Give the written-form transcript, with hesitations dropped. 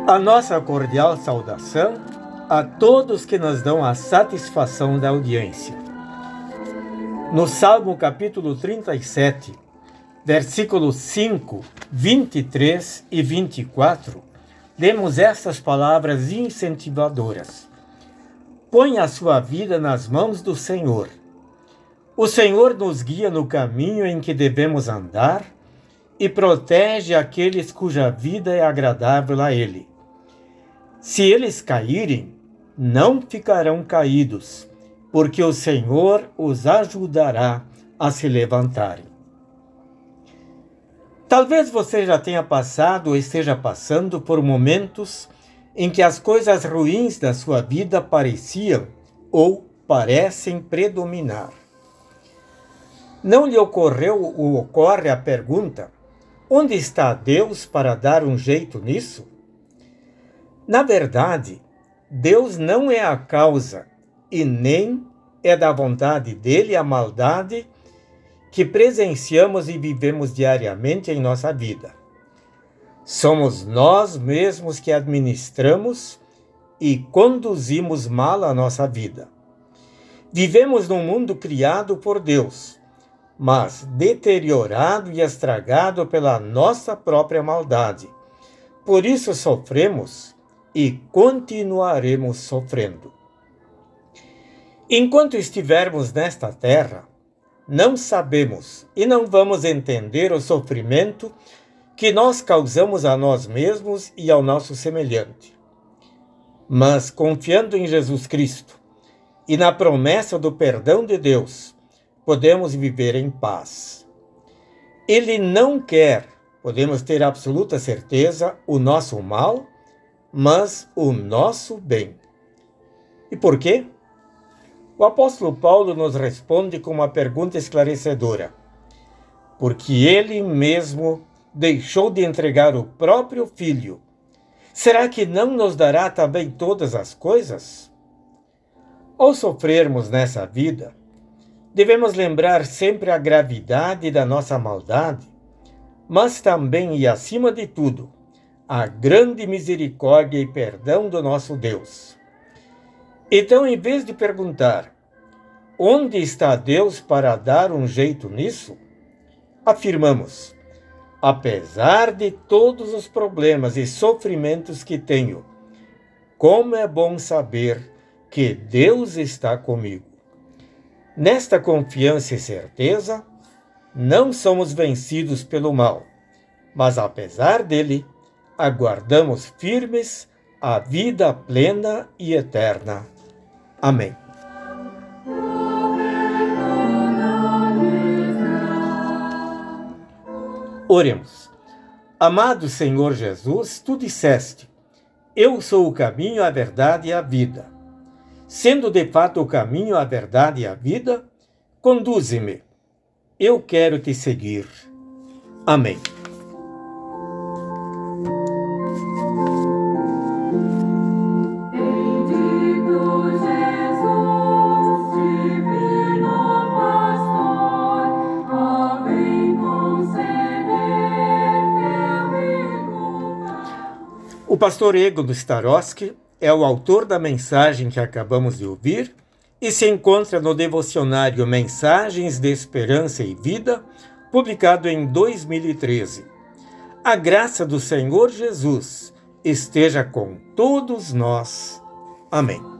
A nossa cordial saudação a todos que nos dão a satisfação da audiência. No Salmo capítulo 37, versículos 5, 23 e 24, lemos estas palavras incentivadoras. Põe a sua vida nas mãos do Senhor. O Senhor nos guia no caminho em que devemos andar e protege aqueles cuja vida é agradável a Ele. Se eles caírem, não ficarão caídos, porque o Senhor os ajudará a se levantarem. Talvez você já tenha passado ou esteja passando por momentos em que as coisas ruins da sua vida pareciam ou parecem predominar. Não lhe ocorreu ou ocorre a pergunta: onde está Deus para dar um jeito nisso? Na verdade, Deus não é a causa e nem é da vontade dele a maldade que presenciamos e vivemos diariamente em nossa vida. Somos nós mesmos que administramos e conduzimos mal a nossa vida. Vivemos num mundo criado por Deus, mas deteriorado e estragado pela nossa própria maldade. Por isso sofremos e continuaremos sofrendo. Enquanto estivermos nesta terra, não sabemos e não vamos entender o sofrimento que nós causamos a nós mesmos e ao nosso semelhante. Mas, confiando em Jesus Cristo e na promessa do perdão de Deus, podemos viver em paz. Ele não quer, podemos ter absoluta certeza, o nosso mal, mas o nosso bem. E por quê? O apóstolo Paulo nos responde com uma pergunta esclarecedora. Porque ele mesmo deixou de entregar o próprio Filho, será que não nos dará também todas as coisas? Ao sofrermos nessa vida, devemos lembrar sempre a gravidade da nossa maldade, mas também e acima de tudo, a grande misericórdia e perdão do nosso Deus. Então, em vez de perguntar, onde está Deus para dar um jeito nisso? Afirmamos, apesar de todos os problemas e sofrimentos que tenho, como é bom saber que Deus está comigo. Nesta confiança e certeza, não somos vencidos pelo mal, mas apesar dele, aguardamos firmes a vida plena e eterna. Amém. Oremos. Amado Senhor Jesus, tu disseste: eu sou o caminho, a verdade e a vida. Sendo de fato o caminho, a verdade e a vida, conduze-me. Eu quero te seguir. Amém. O pastor Egon Starosky é o autor da mensagem que acabamos de ouvir e se encontra no devocionário Mensagens de Esperança e Vida, publicado em 2013. A graça do Senhor Jesus esteja com todos nós. Amém.